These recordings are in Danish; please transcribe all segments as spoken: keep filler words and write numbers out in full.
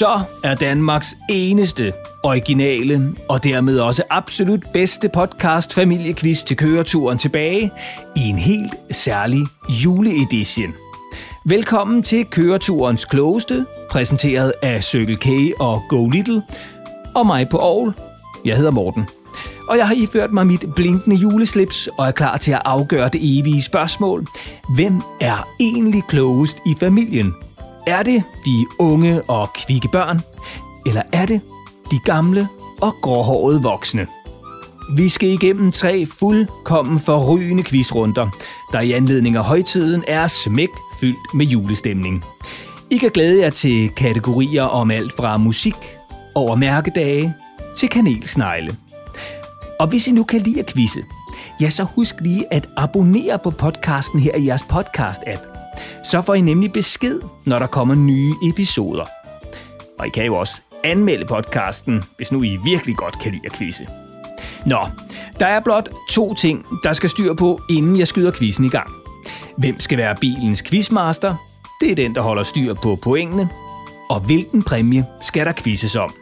Så er Danmarks eneste, originale og dermed også absolut bedste podcast familiequiz til køreturen tilbage i en helt særlig juleedition. Velkommen til køreturens klogeste, præsenteret af Circle K og Go Little, og mig på Aarhus. Jeg hedder Morten, og jeg har iført mig mit blinkende juleslips og er klar til at afgøre det evige spørgsmål. Hvem er egentlig klogest i familien? Er det de unge og kvikke børn, eller er det de gamle og gråhårede voksne? Vi skal igennem tre fuldkommen forrygende quizrunder, der i anledning af højtiden er smæk fyldt med julestemning. I kan glæde jer til kategorier om alt fra musik over mærkedage til kanelsnegle. Og hvis I nu kan lide at quizze, ja, så husk lige at abonnere på podcasten her i jeres podcast-app. Så får I nemlig besked, når der kommer nye episoder. Og I kan jo også anmelde podcasten, hvis nu I virkelig godt kan lide at quizze. Nå, der er blot to ting, der skal styr på, inden jeg skyder quizzen i gang. Hvem skal være bilens quizmaster? Det er den, der holder styr på pointene. Og hvilken præmie skal der quizzes om?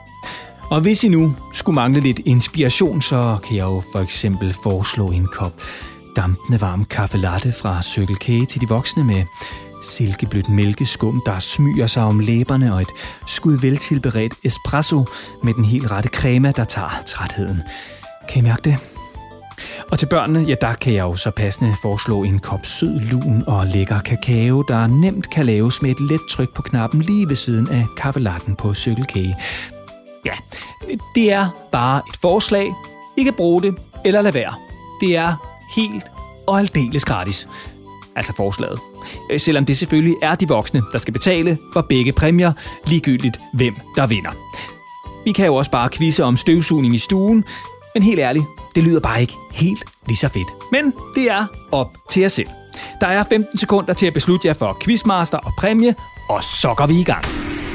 Og hvis I nu skulle mangle lidt inspiration, så kan jeg jo for eksempel foreslå en kop dampende varm kaffe latte fra Circle K til de voksne med silkeblødt mælkeskum, der smyger sig om læberne, og et skud veltilberedt espresso med den helt rette crema, der tager trætheden. Kan I mærke det? Og til børnene, ja, der kan jeg jo så passende foreslå en kop sød, lun og lækker kakao, der nemt kan laves med et let tryk på knappen lige ved siden af kaffelatten på Circle K. Ja, det er bare et forslag. I kan bruge det eller lade være. Det er helt og aldeles gratis. Altså forslaget. Selvom det selvfølgelig er de voksne, der skal betale for begge præmier, ligegyldigt hvem der vinder. Vi kan jo også bare quizze om støvsugning i stuen, men helt ærligt, det lyder bare ikke helt lige så fedt. Men det er op til jer selv. Der er femten sekunder til at beslutte jer for quizmaster og præmie, og så går vi i gang.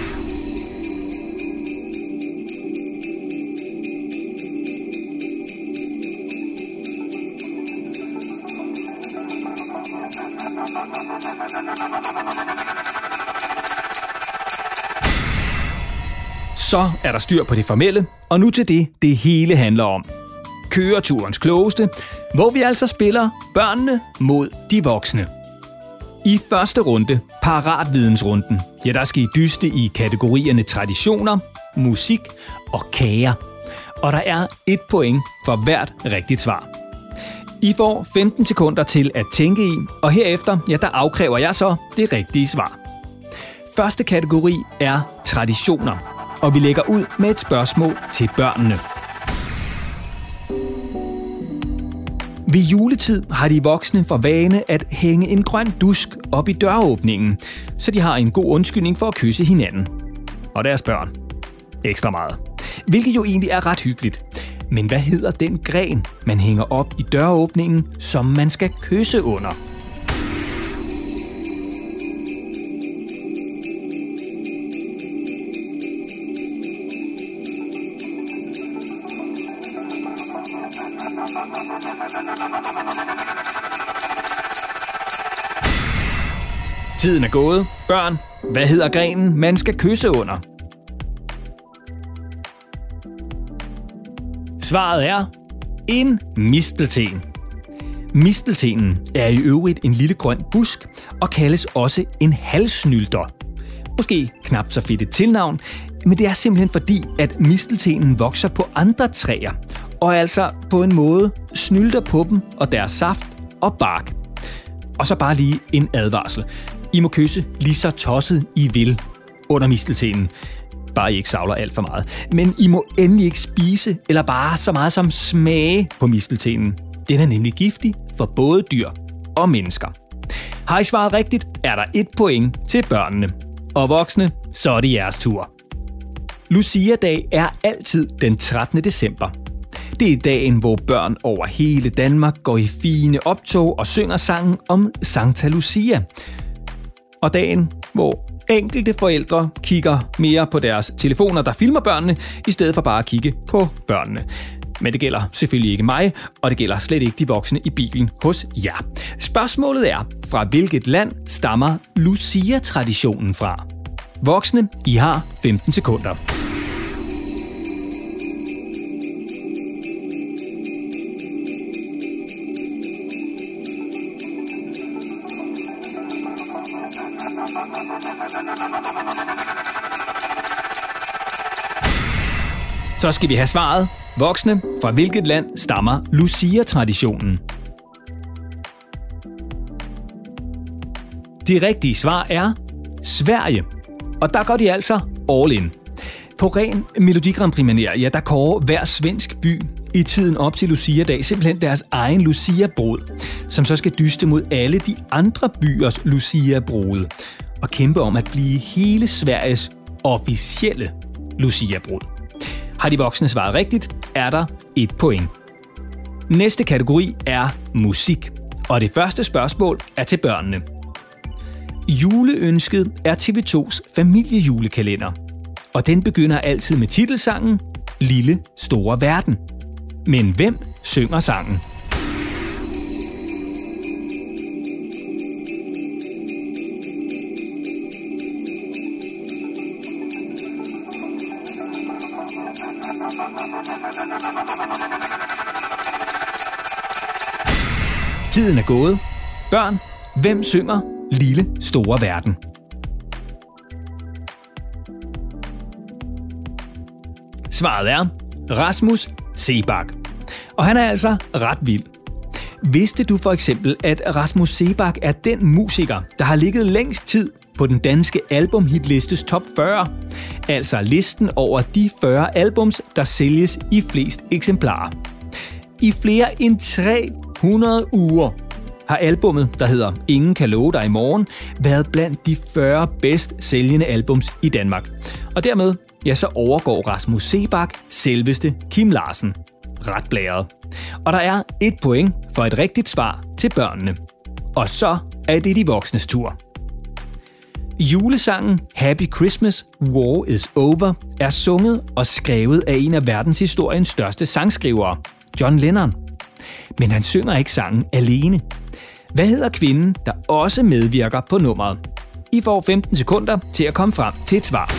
Så er der styr på det formelle, og nu til det, det hele handler om. Køreturens klogeste, hvor vi altså spiller børnene mod de voksne. I første runde, paratvidensrunden, ja, der skal I dyste i kategorierne traditioner, musik og kager. Og der er et point for hvert rigtigt svar. I får femten sekunder til at tænke i, og herefter, ja, der afkræver jeg så det rigtige svar. Første kategori er traditioner. Og vi lægger ud med et spørgsmål til børnene. Ved juletid har de voksne for vane at hænge en grøn dusk op i døråbningen, så de har en god undskyldning for at kysse hinanden. Og deres børn. Ekstra meget. Hvilket jo egentlig er ret hyggeligt. Men hvad hedder den gren, man hænger op i døråbningen, som man skal kysse under? Tiden er gået. Børn, hvad hedder grenen, man skal kysse under? Svaret er en mistelten. Misteltenen er i øvrigt en lille grøn busk og kaldes også en halssnylter. Måske knap så fedt et tilnavn, men det er simpelthen fordi, at misteltenen vokser på andre træer, og altså på en måde snylter på dem og deres saft og bark. Og så bare lige en advarsel. I må kysse lige så tosset I vil under misteltenen. Bare I ikke savler alt for meget. Men I må endelig ikke spise eller bare så meget som smage på misteltenen. Den er nemlig giftig for både dyr og mennesker. Har I svaret rigtigt, er der et point til børnene. Og voksne, så er det jeres tur. Lucia-dag er altid den trettende december. Det er dagen, hvor børn over hele Danmark går i fine optog og synger sangen om Santa Lucia. Og dagen, hvor enkelte forældre kigger mere på deres telefoner, der filmer børnene, i stedet for bare at kigge på børnene. Men det gælder selvfølgelig ikke mig, og det gælder slet ikke de voksne i bilen hos jer. Spørgsmålet er, fra hvilket land stammer Lucia-traditionen fra? Voksne, I har femten sekunder. Så skal vi have svaret. Voksne, fra hvilket land stammer Lucia-traditionen? Det rigtige svar er Sverige. Og der går de altså all in. På ren Melodi Grand Prix-manér, ja, der kårer hver svensk by i tiden op til Lucia-dag simpelthen deres egen Lucia-brud, som så skal dyste mod alle de andre byers Lucia-brud og kæmpe om at blive hele Sveriges officielle Lucia-brud. Har de voksne svaret rigtigt, er der et point. Næste kategori er musik, og det første spørgsmål er til børnene. Juleønsket er T V to's familiejulekalender, og den begynder altid med titelsangen Lille Store Verden. Men hvem synger sangen? Tiden er gået. Børn, hvem synger Lille Store Verden? Svaret er Rasmus Seebach. Og han er altså ret vild. Vidste du for eksempel, at Rasmus Seebach er den musiker, der har ligget længst tid på den danske albumhitlistes top fyrre? Altså listen over de fyrre albums, der sælges i flest eksemplarer. I flere end tre hundrede uger har albummet, der hedder Ingen kan love dig i morgen, været blandt de fyrre bedst sælgende albums i Danmark. Og dermed, ja, så overgår Rasmus Seebach selveste Kim Larsen. Ret blæret. Og der er et point for et rigtigt svar til børnene. Og så er det de voksnes tur. Julesangen Happy Christmas, War is Over er sunget og skrevet af en af verdenshistoriens største sangskrivere, John Lennon. Men han synger ikke sangen alene. Hvad hedder kvinden, der også medvirker på nummeret? I får femten sekunder til at komme frem til et svar.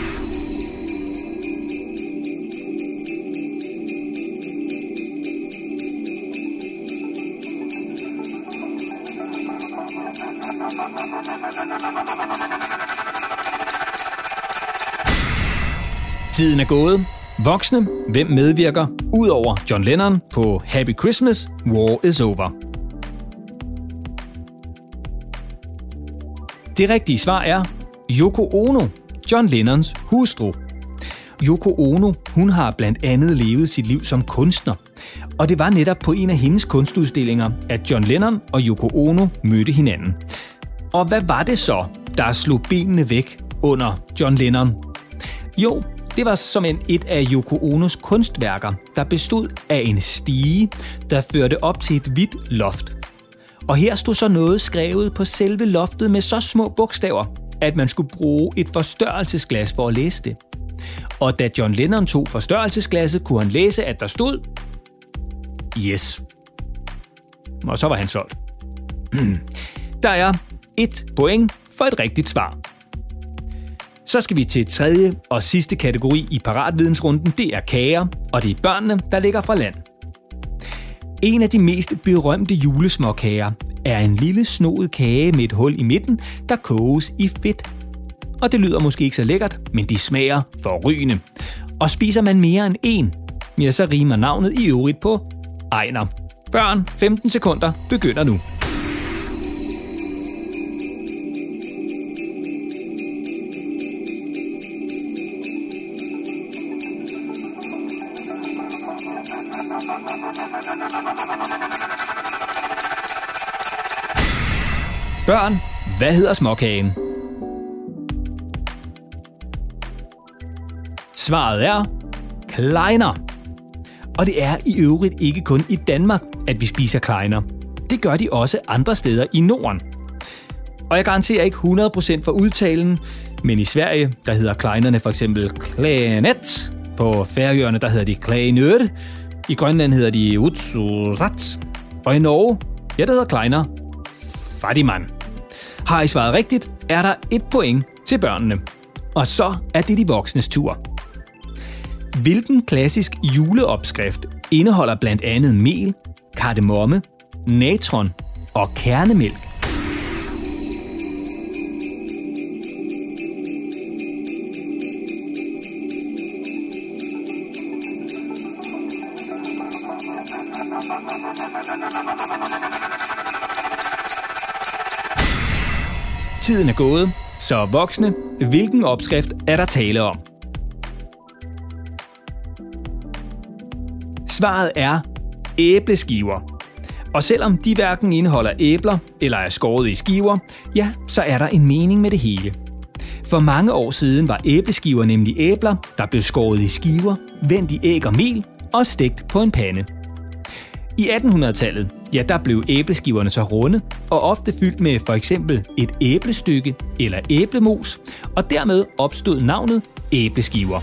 Tiden er gået. Voksne, hvem medvirker ud over John Lennon på Happy Christmas, War is Over? Det rigtige svar er Yoko Ono, John Lennons hustru. Yoko Ono, hun har blandt andet levet sit liv som kunstner, og det var netop på en af hendes kunstudstillinger, at John Lennon og Yoko Ono mødte hinanden. Og hvad var det så, der slog benene væk under John Lennon? Jo, det var som en et af Yoko Onos kunstværker, der bestod af en stige, der førte op til et hvidt loft. Og her stod så noget skrevet på selve loftet med så små bogstaver, at man skulle bruge et forstørrelsesglas for at læse det. Og da John Lennon tog forstørrelsesglasset, kunne han læse, at der stod Yes. Og så var han solgt. Der er et point for et rigtigt svar. Så skal vi til tredje og sidste kategori i paratvidensrunden. Det er kager, og det er børnene, der ligger fra land. En af de mest berømte julesmåkager er en lille snoet kage med et hul i midten, der koges i fedt. Og det lyder måske ikke så lækkert, men de smager forrygende. Og spiser man mere end en, ja, så rimer navnet i øvrigt på Ejner. Børn, femten sekunder begynder nu. Børn, hvad hedder småkagen? Svaret er kleiner. Og det er i øvrigt ikke kun i Danmark, at vi spiser kleiner. Det gør de også andre steder i Norden. Og jeg garanterer ikke hundrede procent for udtalen, men i Sverige, der hedder kleinerne for eksempel klænet. På Færøerne, der hedder de kleinør. I Grønland hedder de utsurat. Og i Norge, ja, der hedder kleiner fattigmand. Har I svaret rigtigt, er der et point til børnene. Og så er det de voksnes tur. Hvilken klassisk juleopskrift indeholder blandt andet mel, kardemomme, natron og kernemælk? Tiden er gået, så voksne, hvilken opskrift er der tale om? Svaret er æbleskiver. Og selvom de hverken indeholder æbler eller er skåret i skiver, ja, så er der en mening med det hele. For mange år siden var æbleskiver nemlig æbler, der blev skåret i skiver, vendt i æg og mel og stegt på en pande. I attenhundredetallet, ja, der blev æbleskiverne så runde og ofte fyldt med for eksempel et æblestykke eller æblemos, og dermed opstod navnet æbleskiver.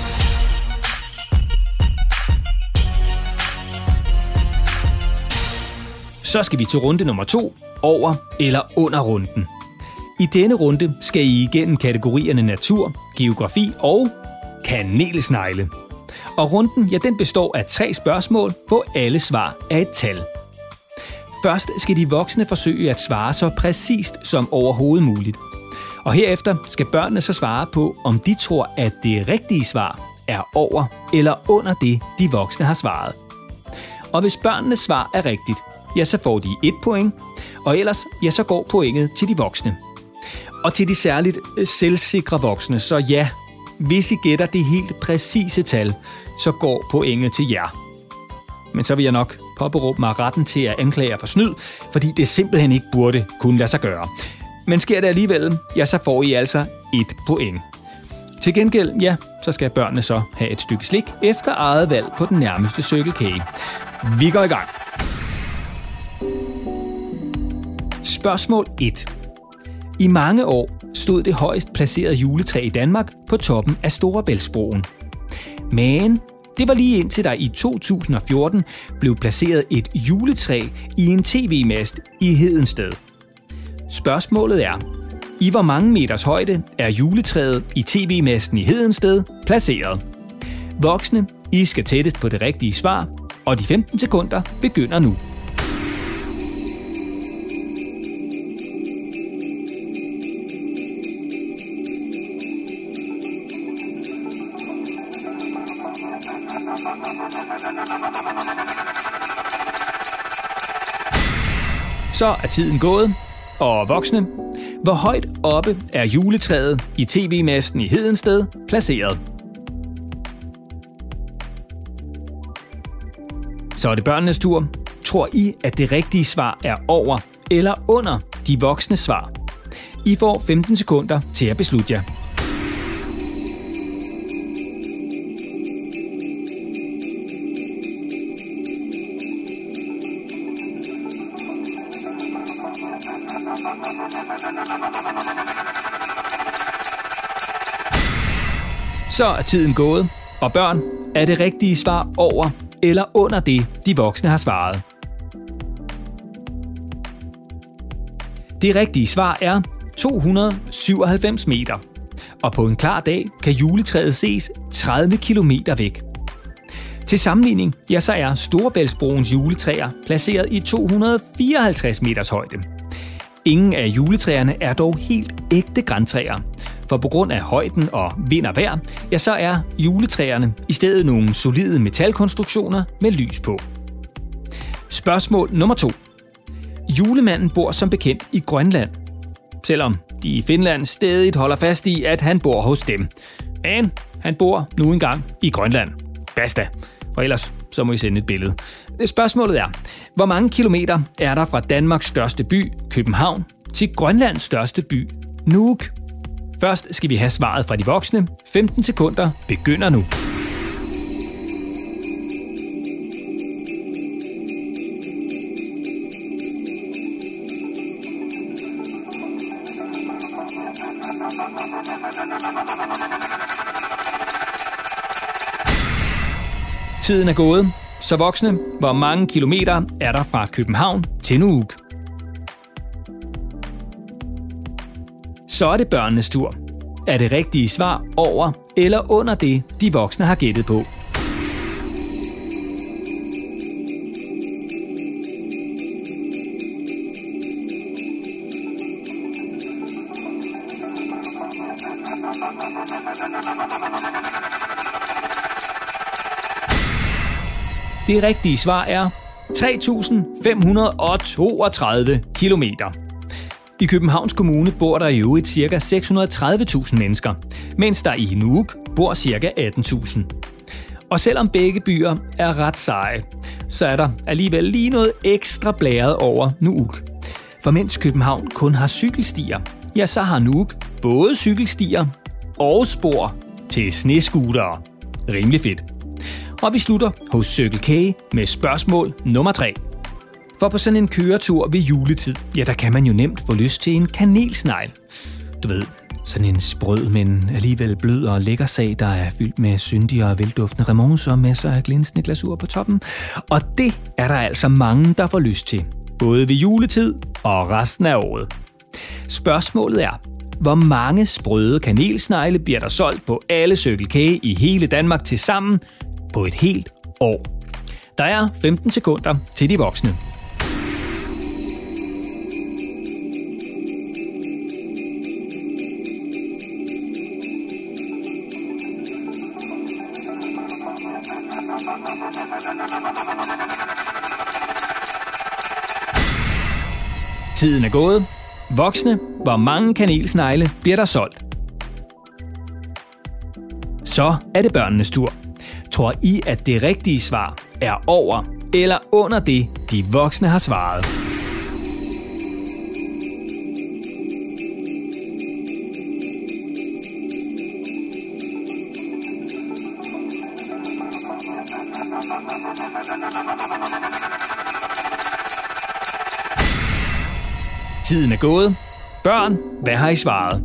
Så skal vi til runde nummer to, over eller under runden. I denne runde skal I igennem kategorierne natur, geografi og kanelsnegle. Og runden, ja, den består af tre spørgsmål, hvor alle svar er et tal. Først skal de voksne forsøge at svare så præcist som overhovedet muligt. Og herefter skal børnene så svare på, om de tror, at det rigtige svar er over eller under det, de voksne har svaret. Og hvis børnenes svar er rigtigt, ja, så får de et point, og ellers, ja, så går pointet til de voksne. Og til de særligt selvsikre voksne, så ja, hvis I gætter det helt præcise tal, så går pointet til jer. Men så vil jeg nok påberåbe mig retten til at anklage jer for snyd, fordi det simpelthen ikke burde kunne lade sig gøre. Men sker det alligevel, ja, så får I altså et point. Til gengæld, ja, så skal børnene så have et stykke slik efter eget valg på den nærmeste Circle K. Vi går i gang. Spørgsmål et. I mange år stod det højst placerede juletræ i Danmark på toppen af Storebæltsbroen. Men det var lige indtil der i to tusind og fjorten blev placeret et juletræ i en tv-mast i Hedensted. Spørgsmålet er, i hvor mange meters højde er juletræet i tv-masten i Hedensted placeret? Voksne, I skal tættest på det rigtige svar, og de femten sekunder begynder nu. Så er tiden gået, og voksne, hvor højt oppe er juletræet i tv-masten i Hedensted placeret? Så er det børnenes tur. Tror I, at det rigtige svar er over eller under de voksne svar? I får femten sekunder til at beslutte jer. Så er tiden gået, og børn, er det rigtige svar over eller under det, de voksne har svaret? Det rigtige svar er to hundrede syvoghalvfems meter, og på en klar dag kan juletræet ses tredive kilometer væk. Til sammenligning, ja, så er Storebæltsbroens juletræer placeret i to hundrede fireoghalvtreds meters højde. Ingen af juletræerne er dog helt ægte grantræer, for på grund af højden og vind og vejr, ja, så er juletræerne i stedet nogle solide metalkonstruktioner med lys på. Spørgsmål nummer to. Julemanden bor som bekendt i Grønland, selvom de i Finland stadig holder fast i, at han bor hos dem. Men han bor nu engang i Grønland. Basta. Og ellers så må I sende et billede. Spørgsmålet er, hvor mange kilometer er der fra Danmarks største by, København, til Grønlands største by, Nuuk? Først skal vi have svaret fra de voksne. femten sekunder begynder nu. Tiden er gået. Så voksne, hvor mange kilometer er der fra København til Nuuk? Så er det børnenes tur. er det rigtige svar over eller under det, de voksne har gættet på. Det rigtige svar er tre tusind fem hundrede og toogtredive kilometer. I Københavns Kommune bor der i øvrigt ca. seks hundrede og tredive tusind mennesker, mens der i Nuuk bor ca. atten tusind. Og selvom begge byer er ret seje, så er der alligevel lige noget ekstra blæret over Nuuk. For mens København kun har cykelstier, ja, så har Nuuk både cykelstier og spor til snescootere. Rimelig fedt. Og vi slutter hos Circle K med spørgsmål nummer tre. For på sådan en køretur ved juletid, ja, der kan man jo nemt få lyst til en kanelsnegl. Du ved, sådan en sprød, men alligevel blød og lækker sag, der er fyldt med syndige og velduftende remonce og masser af glinsende glasur på toppen. Og det er der altså mange, der får lyst til. Både ved juletid og resten af året. Spørgsmålet er, hvor mange sprøde kanelsnegle bliver der solgt på alle Circle K i hele Danmark til sammen på et helt år? Der er femten sekunder til de voksne. Tiden er gået. Voksne, hvor mange kanelsnegle bliver der solgt? Så er det børnenes tur. Tror I, at det rigtige svar er over eller under det, de voksne har svaret? Tiden er gået. Børn, hvad har I svaret?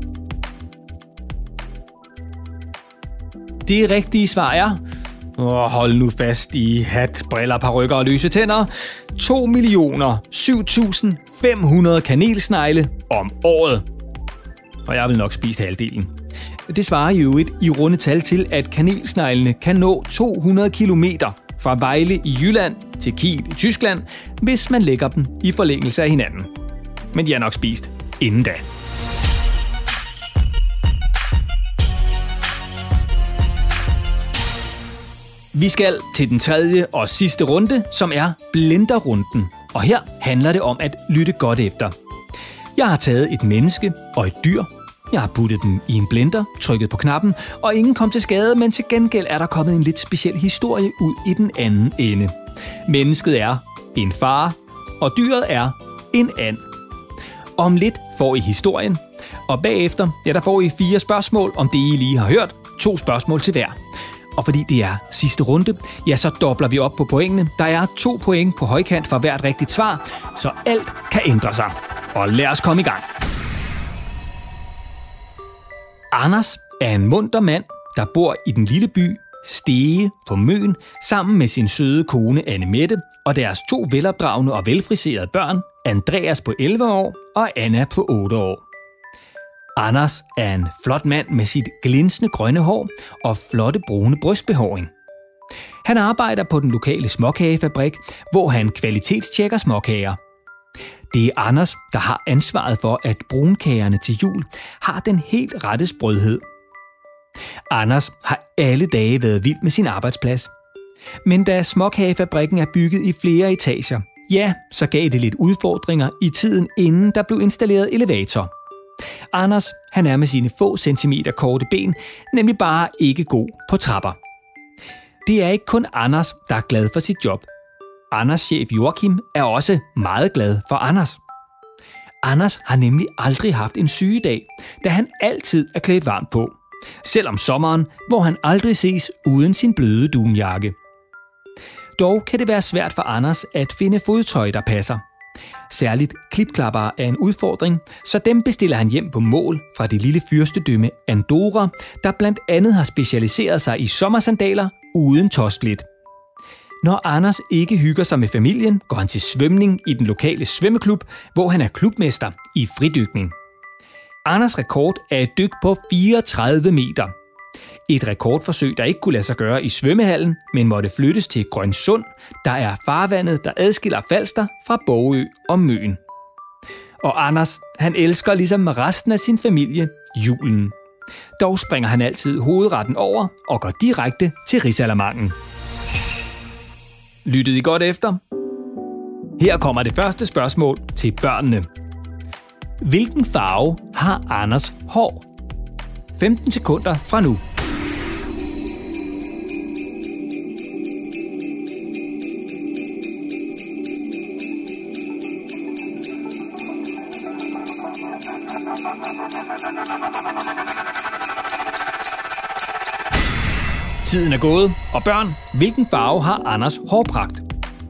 Det rigtige svar er, og hold nu fast i hat, briller, parykker og løse tænder, to millioner syv tusind fem hundrede kanelsnegle om året. Og jeg vil nok spise halvdelen. Det svarer i øvrigt i runde tal til, at kanelsneglene kan nå to hundrede kilometer fra Vejle i Jylland til Kiel i Tyskland, hvis man lægger dem i forlængelse af hinanden. Men de er nok spist inden da. Vi skal til den tredje og sidste runde, som er blenderrunden. Og her handler det om at lytte godt efter. Jeg har taget et menneske og et dyr. Jeg har puttet dem i en blender, trykket på knappen, og ingen kom til skade, men til gengæld er der kommet en lidt speciel historie ud i den anden ende. Mennesket er en far, og dyret er en and. Om lidt får I historien, og bagefter, ja, der får I fire spørgsmål om det, I lige har hørt. To spørgsmål til hver. Og fordi det er sidste runde, ja, så dobler vi op på pointene. Der er to point på højkant for hvert rigtigt svar, så alt kan ændre sig. Og lad os komme i gang. Anders er en munter mand, der bor i den lille by Stege på Møn, sammen med sin søde kone Annemette og deres to velopdragende og velfriserede børn, Andreas på elleve år og Anna på otte år. Anders er en flot mand med sit glinsende grønne hår og flotte brune brystbehåring. Han arbejder på den lokale småkagefabrik, hvor han kvalitetstjekker småkager. Det er Anders, der har ansvaret for, at brunkagerne til jul har den helt rette sprødhed. Anders har alle dage været vild med sin arbejdsplads. Men da småkagefabrikken er bygget i flere etager, ja, så gav det lidt udfordringer i tiden, inden der blev installeret elevator. Anders, han er med sine få centimeter korte ben, nemlig bare ikke god på trapper. Det er ikke kun Anders, der er glad for sit job. Anders' chef Joachim er også meget glad for Anders. Anders har nemlig aldrig haft en sygedag, da han altid er klædt varmt på. Selv om sommeren, hvor han aldrig ses uden sin bløde dunjakke. Dog kan det være svært for Anders at finde fodtøj, der passer. Særligt klipklapper er en udfordring, så dem bestiller han hjem på mål fra det lille fyrstedømme Andorra, der blandt andet har specialiseret sig i sommersandaler uden tåsplit. Når Anders ikke hygger sig med familien, går han til svømning i den lokale svømmeklub, hvor han er klubmester i fridykning. Anders' rekord er et dyk på fireogtredive meter. Et rekordforsøg, der ikke kunne lade sig gøre i svømmehallen, men måtte flyttes til Grønsund, der er farvandet, der adskiller Falster fra Bogø og Møn. Og Anders, han elsker ligesom resten af sin familie julen. Dog springer han altid hovedretten over og går direkte til risalamangen. Lyttede I godt efter? Her kommer det første spørgsmål til børnene. Hvilken farve har Anders hår? femten sekunder fra nu. Tiden er gået, og børn, hvilken farve har Anders hårpragt?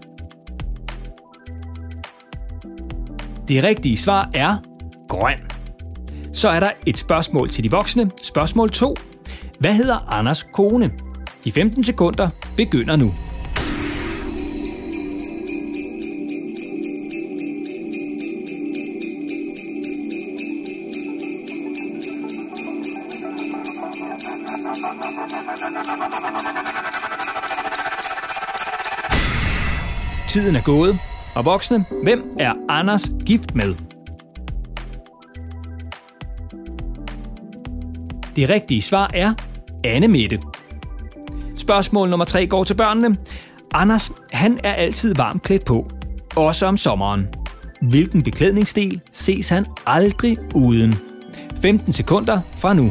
Det rigtige svar er grøn. Så er der et spørgsmål til de voksne. Spørgsmål to. Hvad hedder Anders' kone? De femten sekunder begynder nu. Tiden er gået, og voksne, hvem er Anders gift med? Det rigtige svar er Anne Mette. Spørgsmål nummer tre går til børnene. Anders, han er altid varmt klædt på, også om sommeren. Hvilken beklædningsdel ses han aldrig uden? femten sekunder fra nu.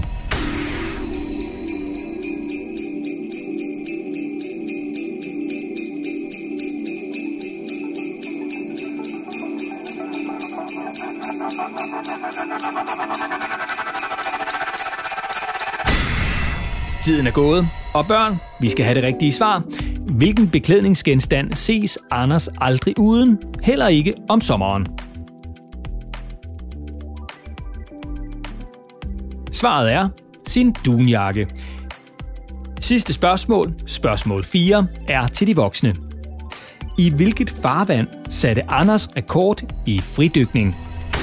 Tiden er gået, og børn, vi skal have det rigtige svar. Hvilken beklædningsgenstand ses Anders aldrig uden, heller ikke om sommeren? Svaret er sin dunjakke. Sidste spørgsmål, spørgsmål fire, er til de voksne. I hvilket farvand satte Anders rekord i fridykning?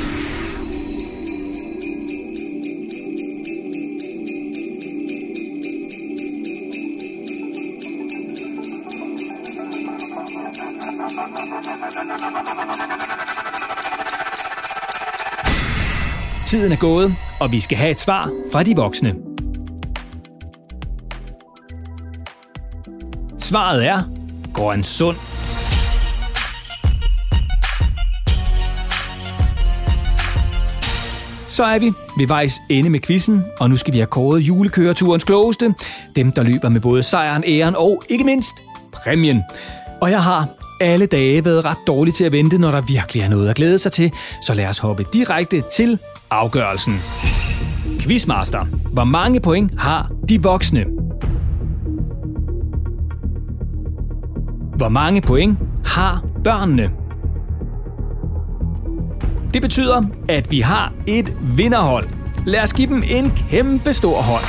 Tiden er gået, og vi skal have et svar fra de voksne. Svaret er Grønsund. Så er vi ved vejs ende med quizzen, og nu skal vi have kåret julekøreturens klogeste. Dem, der løber med både sejren, æren og ikke mindst præmien. Og jeg har alle dage været ret dårlig til at vente, når der virkelig er noget at glæde sig til. Så lad os hoppe direkte til afgørelsen. Quizmaster, hvor mange point har de voksne? Hvor mange point har børnene? Det betyder, at vi har et vinderhold. Lad os give dem en kæmpe stor hånd.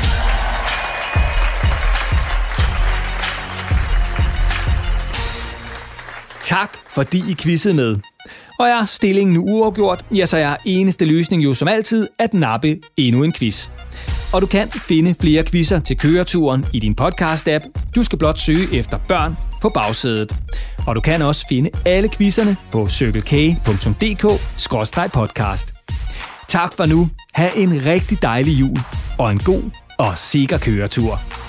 Tak, fordi I quizzede med. Og er stillingen nu uafgjort, ja, så er eneste løsning jo som altid at nappe endnu en quiz. Og du kan finde flere quizzer til køreturen i din podcast-app. Du skal blot søge efter børn på bagsædet. Og du kan også finde alle quizzerne på circle k punktum d k skråstreg podcast. Tak for nu. Ha' en rigtig dejlig jul og en god og sikker køretur.